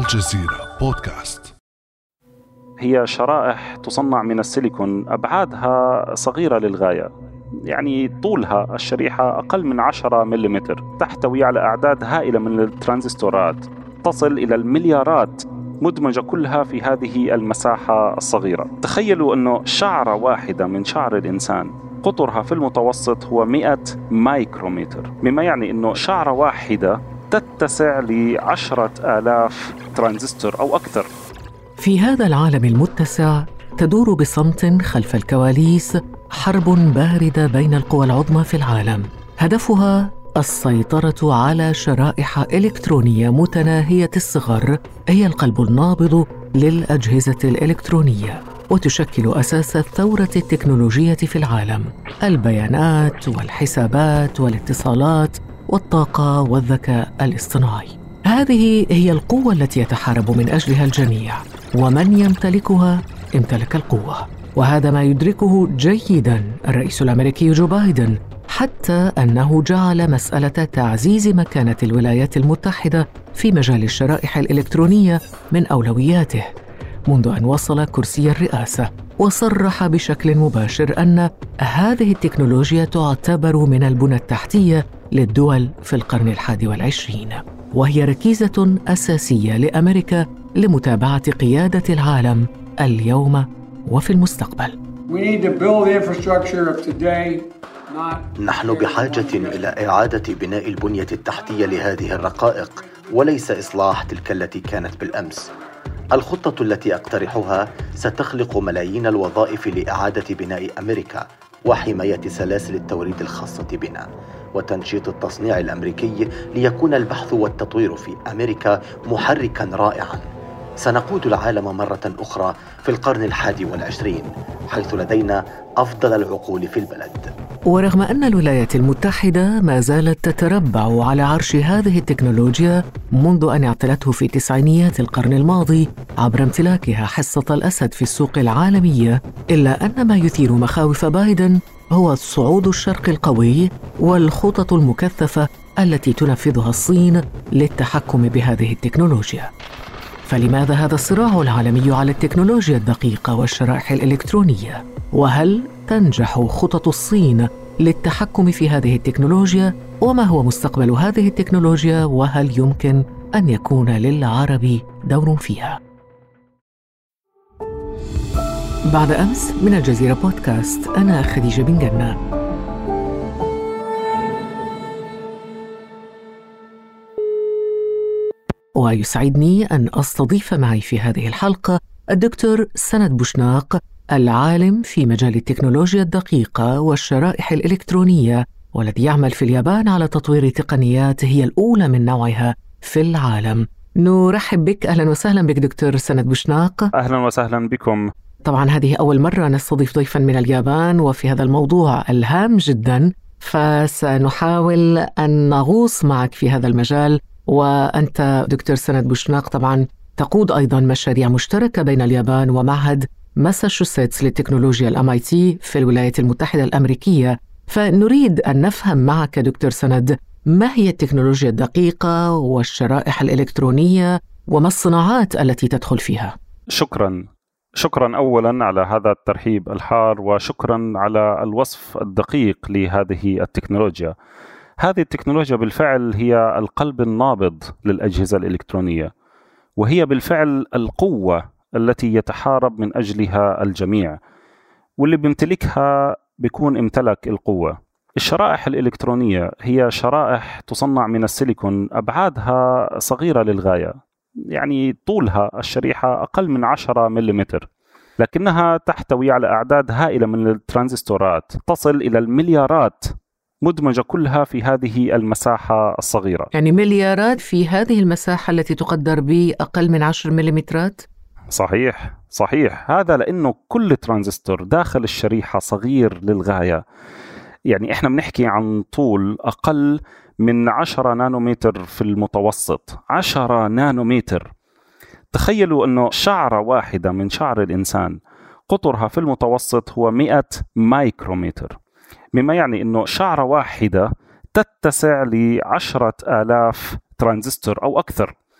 الجزيرة بودكاست. هي شرائح تصنع من السيليكون أبعادها صغيرة للغاية، يعني طولها الشريحة أقل من 10 ملم، تحتوي على أعداد هائلة من الترانزستورات تصل إلى المليارات مدمجة كلها في هذه المساحة الصغيرة. تخيلوا أنه شعرة واحدة من شعر الإنسان قطرها في المتوسط هو 100 مايكرومتر، مما يعني أنه شعرة واحدة تتسع ل10,000 ترانزستور أو أكثر. في هذا العالم المتسع تدور بصمت خلف الكواليس حرب باردة بين القوى العظمى في العالم، هدفها السيطرة على شرائح إلكترونية متناهية الصغر هي القلب النابض للأجهزة الإلكترونية، وتشكل أساس الثورة التكنولوجية في العالم: البيانات والحسابات والاتصالات والطاقة والذكاء الاصطناعي. هذه هي القوة التي يتحارب من أجلها الجميع، ومن يمتلكها امتلك القوة. وهذا ما يدركه جيداً الرئيس الأمريكي جو بايدن، حتى أنه جعل مسألة تعزيز مكانة الولايات المتحدة في مجال الشرائح الإلكترونية من أولوياته منذ أن وصل كرسي الرئاسة، وصرح بشكل مباشر أن هذه التكنولوجيا تعتبر من البنى التحتية للدول في القرن 21، وهي ركيزة أساسية لأمريكا لمتابعة قيادة العالم اليوم وفي المستقبل. نحن بحاجة إلى إعادة بناء البنية التحتية لهذه الرقائق، وليس إصلاح تلك التي كانت بالأمس. الخطة التي أقترحها ستخلق ملايين الوظائف لإعادة بناء أمريكا وحماية سلاسل التوريد الخاصة بنا وتنشيط التصنيع الأمريكي ليكون البحث والتطوير في أمريكا محركاً رائعاً. سنقود العالم مرة أخرى في القرن 21 حيث لدينا أفضل العقول في البلد. ورغم أن الولايات المتحدة ما زالت تتربع على عرش هذه التكنولوجيا منذ أن اعتلته في تسعينيات القرن الماضي عبر امتلاكها حصة الأسد في السوق العالمية، إلا أن ما يثير مخاوف بايدن هو الصعود الشرقي القوي والخطط المكثفة التي تنفذها الصين للتحكم بهذه التكنولوجيا. فلماذا هذا الصراع العالمي على التكنولوجيا الدقيقة والشرائح الإلكترونية؟ وهل تنجح خطط الصين للتحكم في هذه التكنولوجيا؟ وما هو مستقبل هذه التكنولوجيا؟ وهل يمكن أن يكون للعرب دور فيها؟ بعد أمس من الجزيرة بودكاست، أنا خديجة بن جنة. ويسعدني أن أستضيف معي في هذه الحلقة الدكتور سند بوشناق، العالم في مجال التكنولوجيا الدقيقة والشرائح الإلكترونية، والذي يعمل في اليابان على تطوير تقنيات هي الأولى من نوعها في العالم. نرحب بك، أهلا وسهلا بك دكتور سند بوشناق. أهلا وسهلا بكم. طبعا هذه أول مرة نستضيف ضيفا من اليابان وفي هذا الموضوع الهام جدا، فسنحاول أن نغوص معك في هذا المجال. وأنت دكتور سند بوشناق طبعا تقود أيضا مشاريع مشتركة بين اليابان ومعهد ماساتشوستس للتكنولوجيا MIT في الولايات المتحدة الأمريكية. فنريد أن نفهم معك دكتور سند ما هي التكنولوجيا الدقيقة والشرائح الإلكترونية وما الصناعات التي تدخل فيها؟ شكرا أولا على هذا الترحيب الحار، وشكرا على الوصف الدقيق لهذه التكنولوجيا. هذه التكنولوجيا بالفعل هي القلب النابض للأجهزة الإلكترونية، وهي بالفعل القوة التي يتحارب من أجلها الجميع، واللي بيمتلكها بيكون امتلك القوة. الشرائح الإلكترونية هي شرائح تصنع من السيليكون أبعادها صغيرة للغاية، يعني طولها الشريحة أقل من 10 ملم، لكنها تحتوي على أعداد هائلة من الترانزستورات تصل إلى المليارات مدمجة كلها في هذه المساحة الصغيرة. يعني مليارات في هذه المساحة التي تقدر بأقل من 10 مليمترات؟ صحيح. هذا لأنه كل ترانزستور داخل الشريحة صغير للغاية. يعني إحنا بنحكي عن طول أقل من 10 نانومتر في المتوسط، 10 نانومتر. تخيلوا أنه شعرة واحدة من شعر الإنسان قطرها في المتوسط هو 100 مايكرومتر، مما يعني أنه شعرة واحدة تتسع ل10,000 ترانزستور أو أكثر.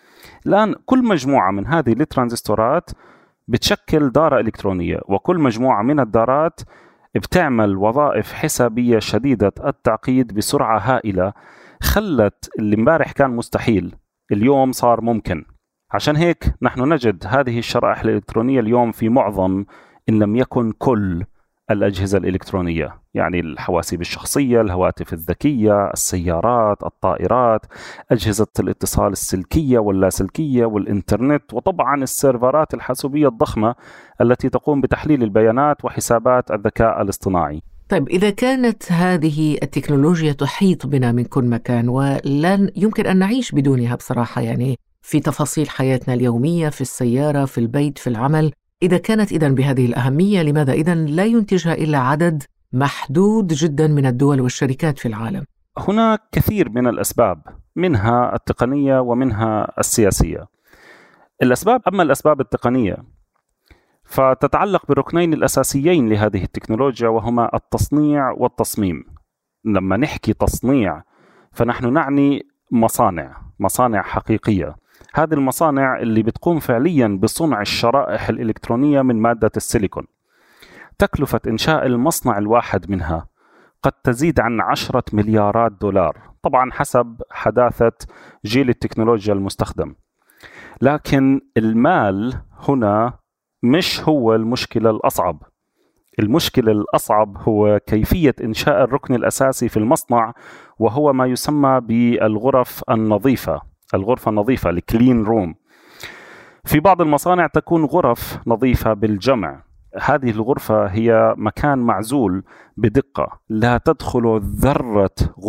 الآن كل مجموعة من هذه الترانزستورات بتشكل دارة إلكترونية، وكل مجموعة من الدارات بتعمل وظائف حسابية شديدة التعقيد بسرعة هائلة، خلت اللي امبارح كان مستحيل اليوم صار ممكن. عشان هيك نحن نجد هذه الشرائح الإلكترونية اليوم في معظم إن لم يكن كل الأجهزة الإلكترونية، يعني الحواسيب الشخصية، الهواتف الذكية، السيارات، الطائرات، أجهزة الاتصال السلكية واللاسلكية والإنترنت، وطبعا السيرفرات الحاسوبية الضخمة التي تقوم بتحليل البيانات وحسابات الذكاء الاصطناعي. طيب، إذا كانت هذه التكنولوجيا تحيط بنا من كل مكان ولن يمكن أن نعيش بدونها بصراحة، يعني في تفاصيل حياتنا اليومية، في السيارة، في البيت، في العمل، إذا كانت إذن بهذه الأهمية، لماذا إذن لا ينتجها إلا عدد محدود جدا من الدول والشركات في العالم؟ هناك كثير من الأسباب، منها التقنية ومنها السياسية. أما الأسباب التقنية فتتعلق بالركنين الأساسيين لهذه التكنولوجيا، وهما التصنيع والتصميم. لما نحكي تصنيع فنحن نعني مصانع حقيقية. هذه المصانع اللي بتقوم فعليا بصنع الشرائح الإلكترونية من مادة السيليكون. تكلفة إنشاء المصنع الواحد منها قد تزيد عن 10 مليارات دولار، طبعا حسب حداثة جيل التكنولوجيا المستخدم. لكن المال هنا مش هو المشكلة الأصعب. المشكلة الأصعب هو كيفية إنشاء الركن الأساسي في المصنع، وهو ما يسمى بالغرف النظيفة، الكلين روم. في بعض المصانع تكون غرف نظيفة بالجمع. هذه الغرفة هي مكان معزول بدقة، لا تدخل ذرة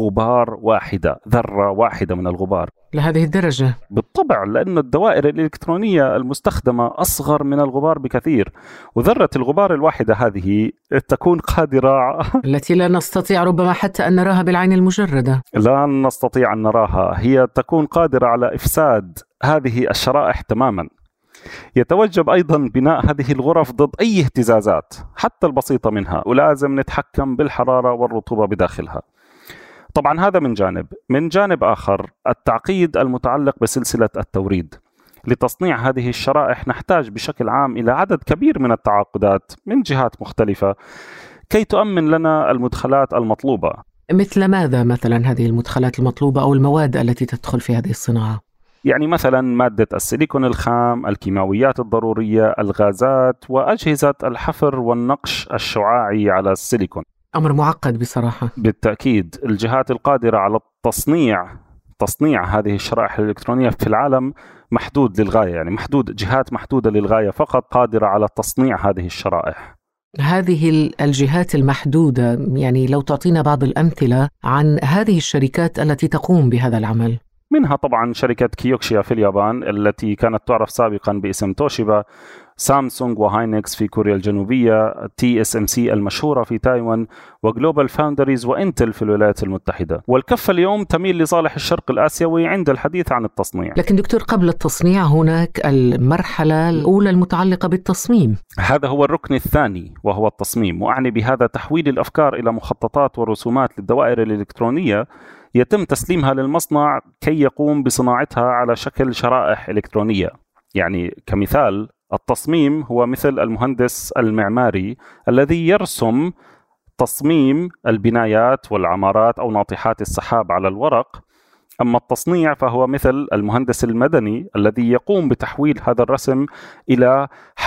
واحدة من الغبار. لهذه الدرجة؟ بالطبع، لأن الدوائر الإلكترونية المستخدمة أصغر من الغبار بكثير، وذرة الغبار الواحدة هذه تكون قادرة التي لا نستطيع ربما حتى أن نراها بالعين المجردة. لا نستطيع أن نراها. هي تكون قادرة على إفساد هذه الشرائح تماما. يتوجب أيضا بناء هذه الغرف ضد أي اهتزازات حتى البسيطة منها، ولازم نتحكم بالحرارة والرطوبة بداخلها. طبعا هذا من جانب آخر التعقيد المتعلق بسلسلة التوريد. لتصنيع هذه الشرائح نحتاج بشكل عام إلى عدد كبير من التعاقدات من جهات مختلفة كي تؤمن لنا المدخلات المطلوبة. مثل ماذا مثلا هذه المدخلات المطلوبة أو المواد التي تدخل في هذه الصناعة؟ يعني مثلا مادة السيليكون الخام، الكيماويات الضرورية، الغازات، وأجهزة الحفر والنقش الشعاعي على السيليكون. أمر معقد بصراحة. بالتأكيد. الجهات القادرة على تصنيع هذه الشرائح الإلكترونية في العالم محدود للغاية، يعني جهات محدودة للغاية فقط قادرة على تصنيع هذه الشرائح. هذه الجهات المحدودة، يعني لو تعطينا بعض الأمثلة عن هذه الشركات التي تقوم بهذا العمل. منها طبعا شركة كيوكشيا في اليابان التي كانت تعرف سابقا باسم توشيبا، سامسونج وهاينكس في كوريا الجنوبية، TSMC المشهورة في تايوان، وجلوبال فاوندريز وإنتل في الولايات المتحدة. والكفة اليوم تميل لصالح الشرق الآسيوي عند الحديث عن التصنيع. لكن دكتور، قبل التصنيع هناك المرحلة الأولى المتعلقة بالتصميم. هذا هو الركن الثاني وهو التصميم، وأعني بهذا تحويل الأفكار إلى مخططات ورسومات للدوائر الإلكترونية يتم تسليمها للمصنع كي يقوم بصناعتها على شكل شرائح إلكترونية. يعني كمثال، التصميم هو مثل المهندس المعماري الذي يرسم تصميم البنايات والعمارات أو ناطحات السحاب على الورق، أما التصنيع فهو مثل المهندس المدني الذي يقوم بتحويل هذا الرسم إلى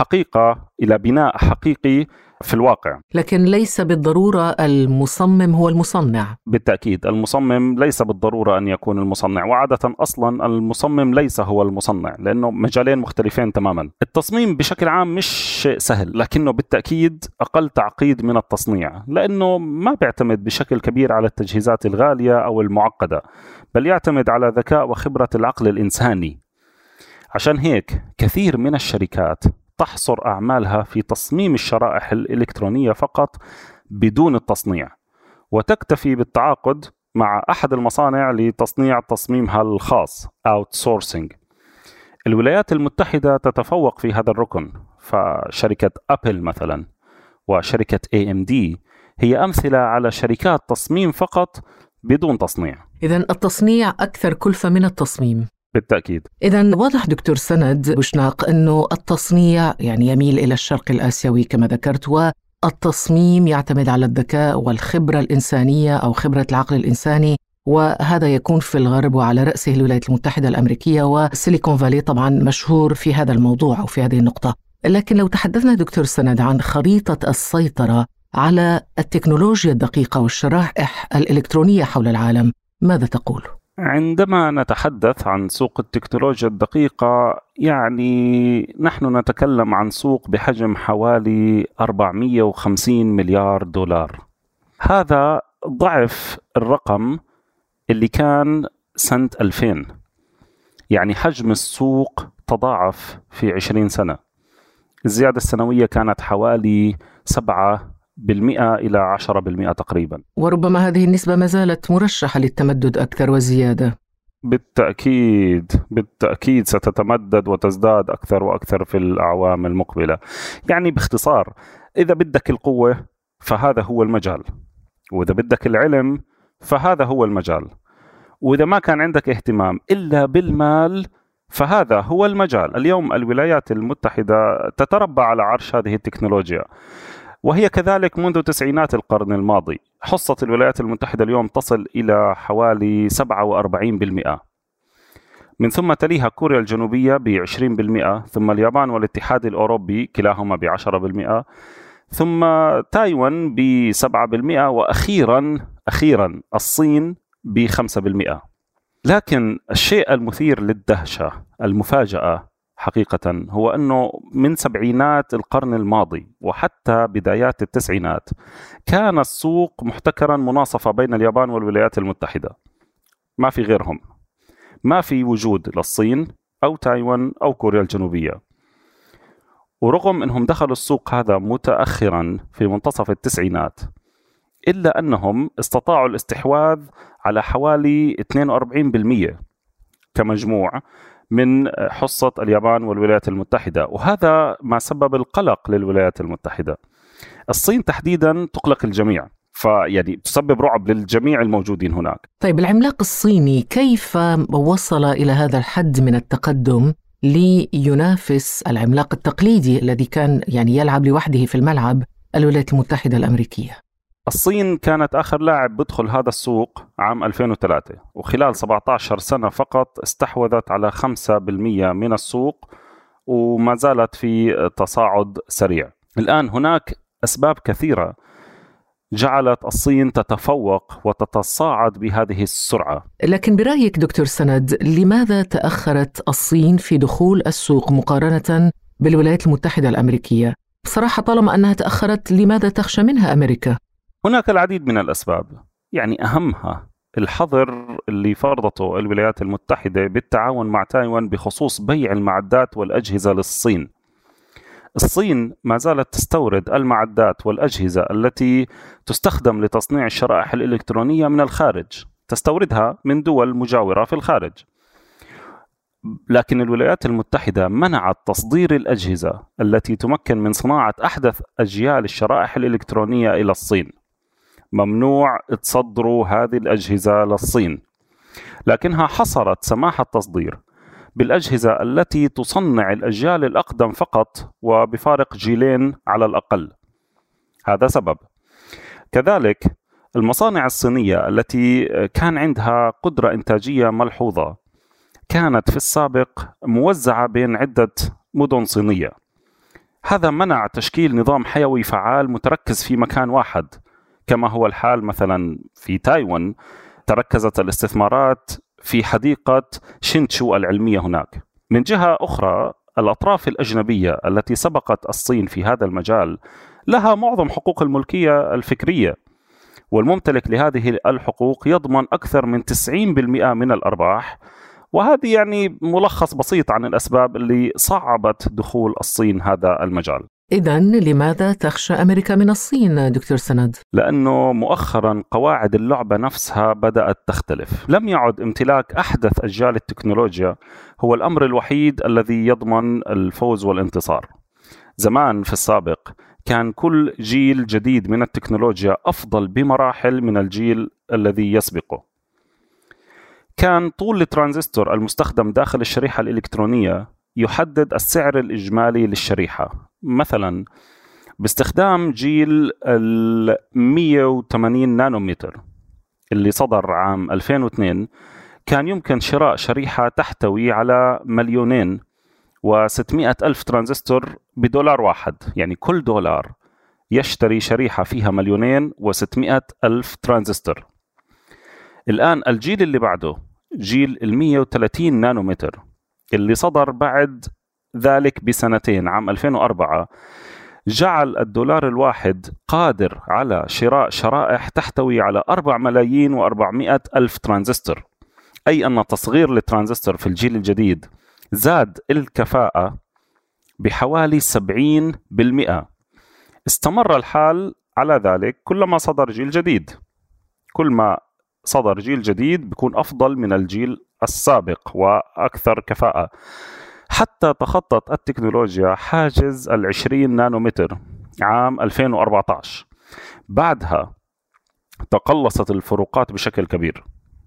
بناء حقيقي في الواقع. لكن ليس بالضرورة المصمم هو المصنع. بالتأكيد، المصمم ليس بالضرورة أن يكون المصنع، وعادة أصلا المصمم ليس هو المصنع، لأنه مجالين مختلفين تماما. التصميم بشكل عام مش شيء سهل، لكنه بالتأكيد أقل تعقيد من التصنيع، لأنه ما بيعتمد بشكل كبير على التجهيزات الغالية أو المعقدة، بل يعتمد على ذكاء وخبرة العقل الإنساني. عشان هيك كثير من الشركات تحصر أعمالها في تصميم الشرائح الإلكترونية فقط بدون التصنيع، وتكتفي بالتعاقد مع أحد المصانع لتصنيع تصميمها الخاص outsourcing. الولايات المتحدة تتفوق في هذا الركن، فشركة أبل مثلا وشركة AMD هي أمثلة على شركات تصميم فقط بدون تصنيع. إذن التصنيع أكثر كلفة من التصميم. بالتأكيد. إذن واضح دكتور سند بوشناق أنه التصنيع يعني يميل إلى الشرق الآسيوي كما ذكرت، والتصميم يعتمد على الذكاء والخبرة الإنسانية أو خبرة العقل الإنساني، وهذا يكون في الغرب وعلى رأسه الولايات المتحدة الأمريكية، وسيليكون فالي طبعا مشهور في هذا الموضوع أو في هذه النقطة. لكن لو تحدثنا دكتور سند عن خريطة السيطرة على التكنولوجيا الدقيقة والشرائح الإلكترونية حول العالم، ماذا تقول؟ عندما نتحدث عن سوق التكنولوجيا الدقيقة يعني نحن نتكلم عن سوق بحجم حوالي 450 مليار دولار. هذا ضعف الرقم اللي كان سنة 2000. يعني حجم السوق تضاعف في 20 سنة. الزيادة السنوية كانت حوالي 7% إلى 10% تقريبا. وربما هذه النسبة ما زالت مرشحة للتمدد أكثر وزيادة. بالتأكيد ستتمدد وتزداد أكثر وأكثر في الأعوام المقبلة. يعني باختصار، إذا بدك القوة فهذا هو المجال، وإذا بدك العلم فهذا هو المجال، وإذا ما كان عندك اهتمام إلا بالمال فهذا هو المجال. اليوم الولايات المتحدة تتربع على عرش هذه التكنولوجيا، وهي كذلك منذ تسعينات القرن الماضي. حصة الولايات المتحدة اليوم تصل إلى حوالي 47%، من ثم تليها كوريا الجنوبية ب20%، ثم اليابان والاتحاد الأوروبي كلاهما ب10%، ثم تايوان ب7%، وأخيرا الصين ب5%. لكن الشيء المثير للدهشة المفاجأة حقيقة هو أنه من سبعينات القرن الماضي وحتى بدايات التسعينات كان السوق محتكرا مناصفة بين اليابان والولايات المتحدة، ما في غيرهم، ما في وجود للصين أو تايوان أو كوريا الجنوبية. ورغم أنهم دخلوا السوق هذا متأخرا في منتصف التسعينات، إلا أنهم استطاعوا الاستحواذ على حوالي 42% كمجموع من حصة اليابان والولايات المتحدة، وهذا ما سبب القلق للولايات المتحدة. الصين تحديدا تقلق الجميع، فيعني تسبب رعب للجميع الموجودين هناك. طيب العملاق الصيني كيف وصل إلى هذا الحد من التقدم لينافس العملاق التقليدي الذي كان يعني يلعب لوحده في الملعب، الولايات المتحدة الأمريكية؟ الصين كانت آخر لاعب بدخل هذا السوق عام 2003، وخلال 17 سنة فقط استحوذت على 5% من السوق، وما زالت في تصاعد سريع. الآن هناك أسباب كثيرة جعلت الصين تتفوق وتتصاعد بهذه السرعة. لكن برأيك دكتور سند، لماذا تأخرت الصين في دخول السوق مقارنة بالولايات المتحدة الأمريكية؟ بصراحة طالما أنها تأخرت، لماذا تخشى منها أمريكا؟ هناك العديد من الأسباب، يعني أهمها الحظر اللي فرضته الولايات المتحدة بالتعاون مع تايوان بخصوص بيع المعدات والأجهزة للصين. الصين ما زالت تستورد المعدات والأجهزة التي تستخدم لتصنيع الشرائح الإلكترونية من الخارج، تستوردها من دول مجاورة في الخارج. لكن الولايات المتحدة منعت تصدير الأجهزة التي تمكن من صناعة أحدث أجيال الشرائح الإلكترونية إلى الصين. ممنوع تصدروا هذه الأجهزة للصين، لكنها حصرت سماح التصدير بالأجهزة التي تصنع الأجيال الأقدم فقط وبفارق جيلين على الأقل. هذا سبب. كذلك المصانع الصينية التي كان عندها قدرة إنتاجية ملحوظة كانت في السابق موزعة بين عدة مدن صينية. هذا منع تشكيل نظام حيوي فعال متركز في مكان واحد، كما هو الحال مثلا في تايوان. تركزت الاستثمارات في حديقة شينشو العلمية هناك. من جهة أخرى، الأطراف الأجنبية التي سبقت الصين في هذا المجال لها معظم حقوق الملكية الفكرية، والممتلك لهذه الحقوق يضمن أكثر من 90% من الأرباح. وهذه يعني ملخص بسيط عن الأسباب اللي صعبت دخول الصين هذا المجال. إذن لماذا تخشى أمريكا من الصين دكتور سند؟ لأنه مؤخرا قواعد اللعبة نفسها بدأت تختلف. لم يعد امتلاك أحدث أجيال التكنولوجيا هو الأمر الوحيد الذي يضمن الفوز والانتصار. زمان في السابق كان كل جيل جديد من التكنولوجيا أفضل بمراحل من الجيل الذي يسبقه. كان طول الترانزستور المستخدم داخل الشريحة الإلكترونية يحدد السعر الإجمالي للشريحة. مثلا باستخدام جيل 180 نانومتر اللي صدر عام 2002 كان يمكن شراء شريحة تحتوي على 2,600,000 ترانزستور بدولار واحد. يعني كل دولار يشتري شريحة فيها 2,600,000 ترانزستور. الآن الجيل اللي بعده جيل 130 نانومتر اللي صدر بعد ذلك بسنتين عام 2004 جعل الدولار الواحد قادر على شراء شرائح تحتوي على 4,400,000 ترانزستور. أي أن تصغير الترانزستور في الجيل الجديد زاد الكفاءة بحوالي 70%. استمر الحال على ذلك كلما صدر جيل جديد. كل ما صدر جيل جديد بيكون أفضل من الجيل السابق وأكثر كفاءة، حتى تخطت التكنولوجيا حاجز 20 نانومتر عام 2014. بعدها تقلصت الفروقات بشكل كبير.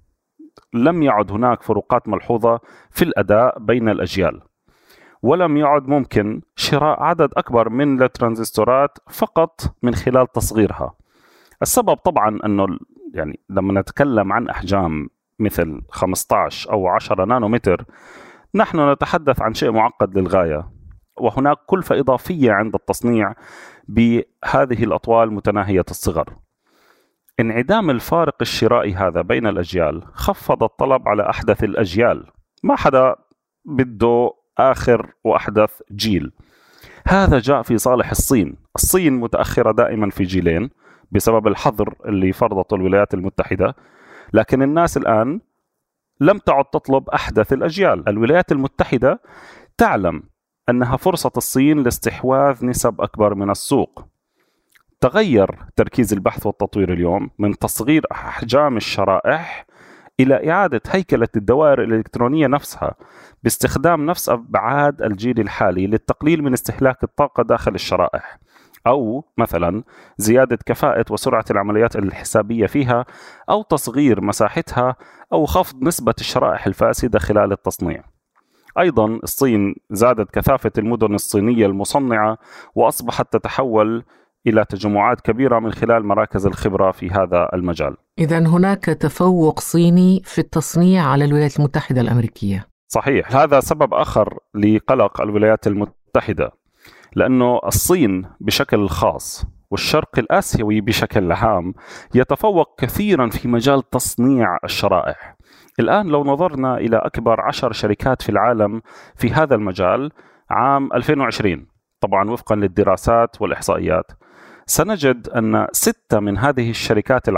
لم يعد هناك فروقات ملحوظة في الأداء بين الأجيال، ولم يعد ممكن شراء عدد أكبر من الترانزستورات فقط من خلال تصغيرها. السبب طبعا أنه يعني لما نتكلم عن أحجام مثل 15 أو 10 نانومتر نحن نتحدث عن شيء معقد للغاية، وهناك كلفة إضافية عند التصنيع بهذه الأطوال متناهية الصغر. انعدام الفارق الشرائي هذا بين الأجيال خفض الطلب على أحدث الأجيال. ما حدا بده آخر وأحدث جيل. هذا جاء في صالح الصين. الصين متأخرة دائما في جيلين بسبب الحظر اللي فرضته الولايات المتحدة، لكن الناس الآن لم تعد تطلب أحدث الأجيال. الولايات المتحدة تعلم أنها فرصة الصين لاستحواذ نسب أكبر من السوق. تغير تركيز البحث والتطوير اليوم من تصغير أحجام الشرائح إلى إعادة هيكلة الدوائر الإلكترونية نفسها باستخدام نفس أبعاد الجيل الحالي للتقليل من استهلاك الطاقة داخل الشرائح، أو مثلا زيادة كفاءة وسرعة العمليات الحسابية فيها، أو تصغير مساحتها، أو خفض نسبة الشرائح الفاسدة خلال التصنيع. أيضا الصين زادت كثافة المدن الصينية المصنعة وأصبحت تتحول إلى تجمعات كبيرة من خلال مراكز الخبرة في هذا المجال. إذن هناك تفوق صيني في التصنيع على الولايات المتحدة الأمريكية. صحيح. هذا سبب آخر لقلق الولايات المتحدة، لأنه الصين بشكل خاص والشرق الآسيوي بشكل عام يتفوق كثيرا في مجال تصنيع الشرائح. الآن لو نظرنا إلى أكبر 10 شركات في العالم في هذا المجال عام 2020 طبعا وفقا للدراسات والإحصائيات، سنجد أن 6 من هذه الشركات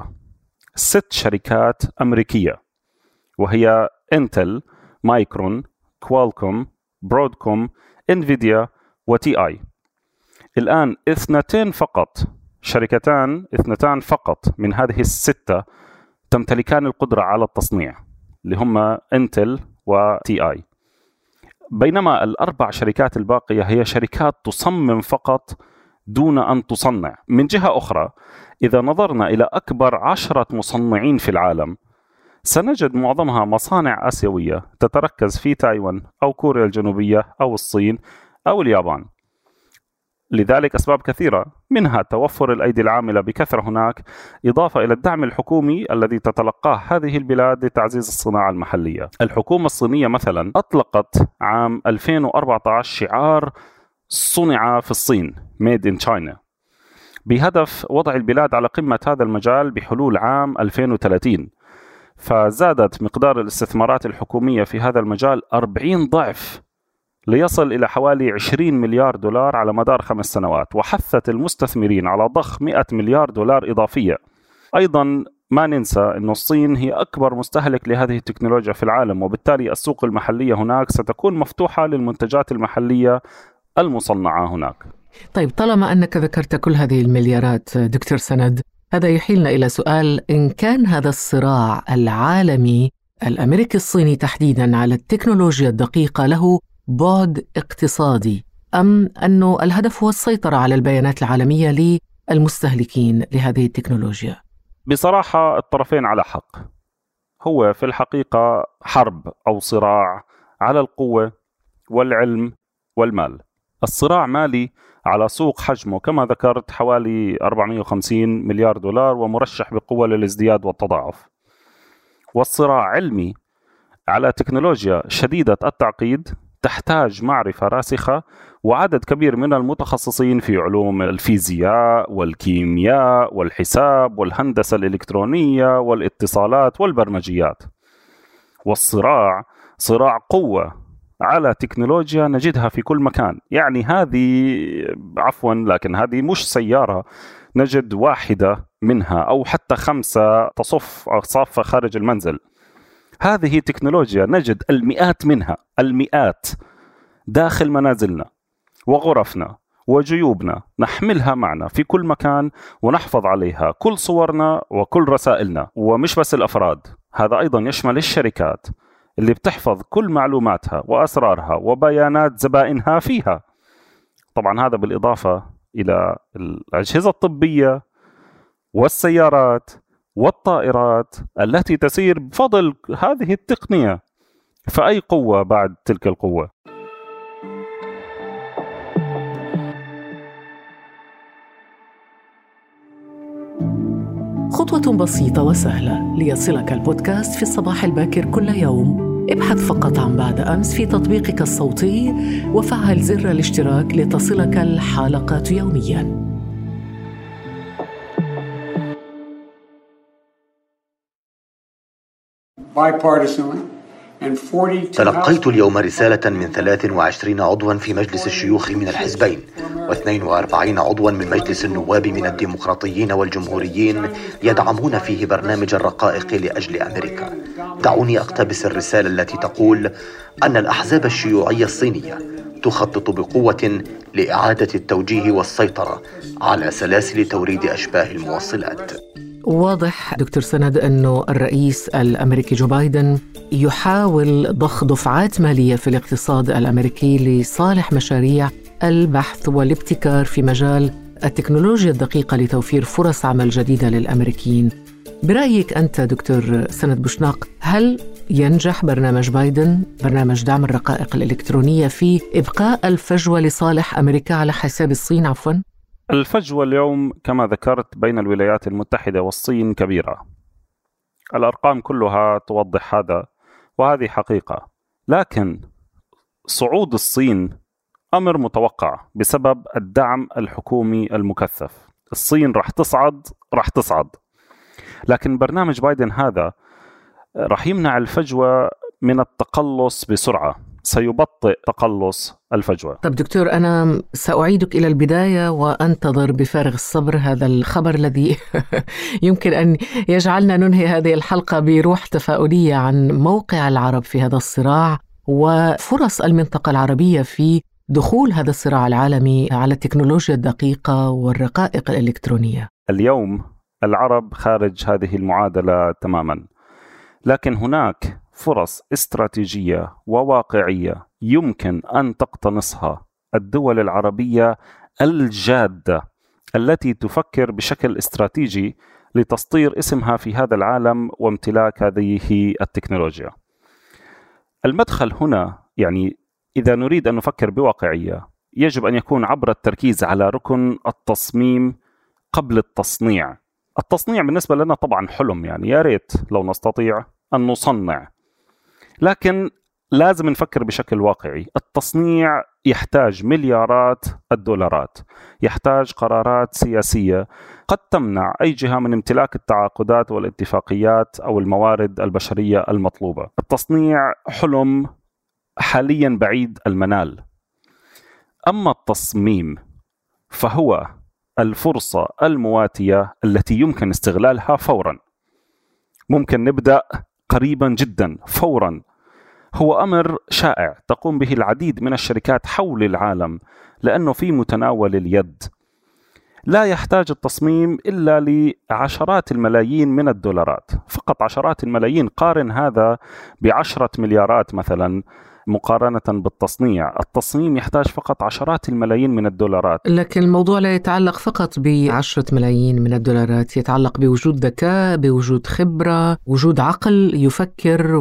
6 شركات أمريكية، وهي انتل، مايكرون، كوالكوم، برودكوم، انفيديا وتي آي. الآن 2 فقط من هذه 6 تمتلكان القدرة على التصنيع، اللي هم انتل وتي آي، بينما ال4 شركات الباقية هي شركات تصمم فقط دون أن تصنع. من جهة أخرى إذا نظرنا إلى أكبر 10 مصنعين في العالم سنجد معظمها مصانع آسيوية تتركز في تايوان أو كوريا الجنوبية أو الصين أو اليابان. لذلك أسباب كثيرة، منها توفر الأيدي العاملة بكثرة هناك، إضافة إلى الدعم الحكومي الذي تتلقاه هذه البلاد لتعزيز الصناعة المحلية. الحكومة الصينية مثلا أطلقت عام 2014 شعار صنع في الصين Made in China بهدف وضع البلاد على قمة هذا المجال بحلول عام 2030. فزادت مقدار الاستثمارات الحكومية في هذا المجال 40 ضعف ليصل إلى حوالي 20 مليار دولار على مدار 5 سنوات، وحثت المستثمرين على ضخ 100 مليار دولار إضافية. أيضا ما ننسى أن الصين هي أكبر مستهلك لهذه التكنولوجيا في العالم، وبالتالي السوق المحلية هناك ستكون مفتوحة للمنتجات المحلية المصنعة هناك. طيب، طالما أنك ذكرت كل هذه المليارات دكتور سند، هذا يحيلنا إلى سؤال: إن كان هذا الصراع العالمي الأمريكي الصيني تحديدا على التكنولوجيا الدقيقة له بعد اقتصادي، أم أنه الهدف هو السيطرة على البيانات العالمية للمستهلكين لهذه التكنولوجيا؟ بصراحة الطرفين على حق. هو في الحقيقة حرب أو صراع على القوة والعلم والمال. الصراع مالي على سوق حجمه كما ذكرت حوالي 450 مليار دولار ومرشح بقوة للازدياد والتضاعف. والصراع علمي على تكنولوجيا شديدة التعقيد تحتاج معرفة راسخة وعدد كبير من المتخصصين في علوم الفيزياء والكيمياء والحساب والهندسة الإلكترونية والاتصالات والبرمجيات. والصراع صراع قوة على تكنولوجيا نجدها في كل مكان. يعني لكن هذه مش سيارة نجد واحدة منها أو حتى 5 تصف أصافة خارج المنزل. هذه تكنولوجيا نجد المئات منها، المئات داخل منازلنا وغرفنا وجيوبنا، نحملها معنا في كل مكان ونحفظ عليها كل صورنا وكل رسائلنا. ومش بس الأفراد، هذا أيضا يشمل الشركات اللي بتحفظ كل معلوماتها وأسرارها وبيانات زبائنها فيها. طبعا هذا بالإضافة إلى الأجهزة الطبية والسيارات والطائرات التي تسير بفضل هذه التقنية. فأي قوة بعد تلك القوة؟ خطوة بسيطة وسهلة ليصلك البودكاست في الصباح الباكر كل يوم. ابحث فقط عن بعد أمس في تطبيقك الصوتي وفعل زر الاشتراك لتصلك الحلقات يومياً. تلقيت اليوم رسالة من 23 عضواً في مجلس الشيوخ من الحزبين و42 عضواً من مجلس النواب من الديمقراطيين والجمهوريين يدعمون فيه برنامج الرقائق لأجل أمريكا. دعوني أقتبس الرسالة التي تقول أن الأحزاب الشيوعية الصينية تخطط بقوة لإعادة التوجيه والسيطرة على سلاسل توريد أشباه الموصلات. واضح دكتور سند أنه الرئيس الأمريكي جو بايدن يحاول ضخ دفعات مالية في الاقتصاد الأمريكي لصالح مشاريع البحث والابتكار في مجال التكنولوجيا الدقيقة لتوفير فرص عمل جديدة للأمريكيين. برأيك أنت دكتور سند بوشناق، هل ينجح برنامج بايدن، برنامج دعم الرقائق الإلكترونية، في إبقاء الفجوة لصالح أمريكا على حساب الصين؟ الفجوة اليوم كما ذكرت بين الولايات المتحدة والصين كبيرة. الأرقام كلها توضح هذا وهذه حقيقة. لكن صعود الصين أمر متوقع بسبب الدعم الحكومي المكثف. الصين راح تصعد. لكن برنامج بايدن هذا راح يمنع الفجوة من التقلص بسرعة، سيبطئ تقلص الفجوة. طب دكتور، أنا سأعيدك إلى البداية وأنتظر بفارغ الصبر هذا الخبر الذي يمكن أن يجعلنا ننهي هذه الحلقة بروح تفاؤلية عن موقع العرب في هذا الصراع وفرص المنطقة العربية في دخول هذا الصراع العالمي على التكنولوجيا الدقيقة والرقائق الإلكترونية. اليوم العرب خارج هذه المعادلة تماما، لكن هناك فرص استراتيجية وواقعية يمكن أن تقتنصها الدول العربية الجادة التي تفكر بشكل استراتيجي لتسطير اسمها في هذا العالم وامتلاك هذه التكنولوجيا. المدخل هنا، يعني إذا نريد أن نفكر بواقعية، يجب أن يكون عبر التركيز على ركن التصميم قبل التصنيع. التصنيع بالنسبة لنا طبعا حلم، يعني يا ريت لو نستطيع أن نصنع، لكن لازم نفكر بشكل واقعي. التصنيع يحتاج مليارات الدولارات، يحتاج قرارات سياسية قد تمنع أي جهة من امتلاك التعاقدات والاتفاقيات أو الموارد البشرية المطلوبة. التصنيع حلم حاليا بعيد المنال. أما التصميم فهو الفرصة المواتية التي يمكن استغلالها فورا. ممكن نبدأ قريبا جدا فورا. هو أمر شائع تقوم به العديد من الشركات حول العالم لأنه في متناول اليد. لا يحتاج التصميم إلا لعشرات الملايين من الدولارات، فقط عشرات الملايين. قارن هذا ب10 مليارات مثلا مقارنة بالتصنيع. التصميم يحتاج فقط عشرات الملايين من الدولارات. لكن الموضوع لا يتعلق فقط ب10 ملايين من الدولارات، يتعلق بوجود ذكاء، بوجود خبرة، وجود عقل يفكر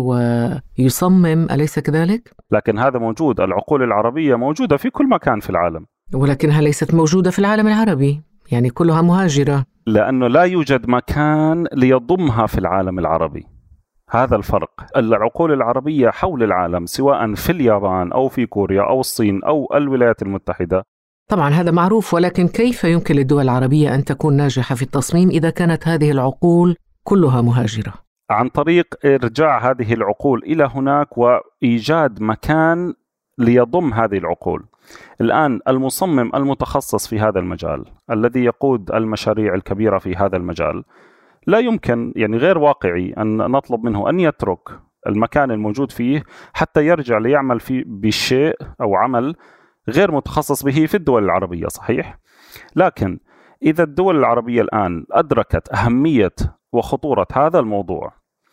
ويصمم، أليس كذلك؟ لكن هذا موجود. العقول العربية موجودة في كل مكان في العالم، ولكنها ليست موجودة في العالم العربي، يعني كلها مهاجرة. لأنه لا يوجد مكان ليضمها في العالم العربي. هذا الفرق. العقول العربية حول العالم، سواء في اليابان أو في كوريا أو الصين أو الولايات المتحدة. طبعا هذا معروف، ولكن كيف يمكن للدول العربية أن تكون ناجحة في التصميم إذا كانت هذه العقول كلها مهاجرة؟ عن طريق إرجاع هذه العقول إلى هناك وإيجاد مكان ليضم هذه العقول. الآن المصمم المتخصص في هذا المجال الذي يقود المشاريع الكبيرة في هذا المجال لا يمكن، يعني غير واقعي أن نطلب منه أن يترك المكان الموجود فيه حتى يرجع ليعمل فيه بشيء أو عمل غير متخصص به في الدول العربية. صحيح، لكن إذا الدول العربية الآن أدركت أهمية وخطورة هذا الموضوع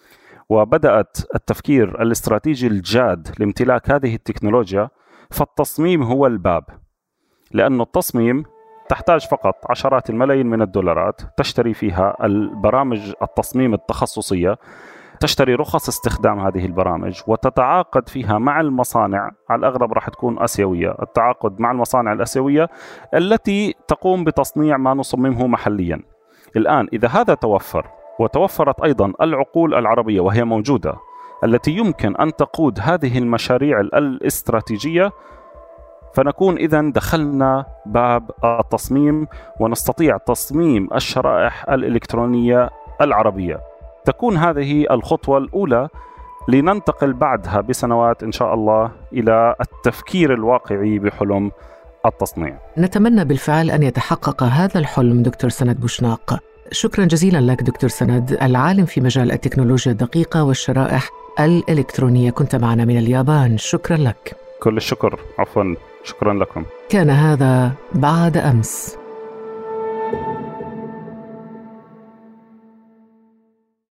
وبدأت التفكير الاستراتيجي الجاد لامتلاك هذه التكنولوجيا، فالتصميم هو الباب. لأن التصميم تحتاج فقط عشرات الملايين من الدولارات، تشتري فيها البرامج التصميم التخصصية، تشتري رخص استخدام هذه البرامج، وتتعاقد فيها مع المصانع، على الأغلب راح تكون آسيوية، التعاقد مع المصانع الآسيوية التي تقوم بتصنيع ما نصممه محليا. الآن إذا هذا توفر وتوفرت أيضا العقول العربية وهي موجودة التي يمكن أن تقود هذه المشاريع الاستراتيجية، فنكون إذن دخلنا باب التصميم ونستطيع تصميم الشرائح الإلكترونية العربية. تكون هذه الخطوة الأولى لننتقل بعدها بسنوات إن شاء الله إلى التفكير الواقعي بحلم التصنيع. نتمنى بالفعل أن يتحقق هذا الحلم دكتور سند بوشناق. شكرا جزيلا لك دكتور سند، العالم في مجال التكنولوجيا الدقيقة والشرائح الإلكترونية، كنت معنا من اليابان. شكرا لك. كل الشكر. عفوا، شكرا لكم. كان هذا بعد أمس.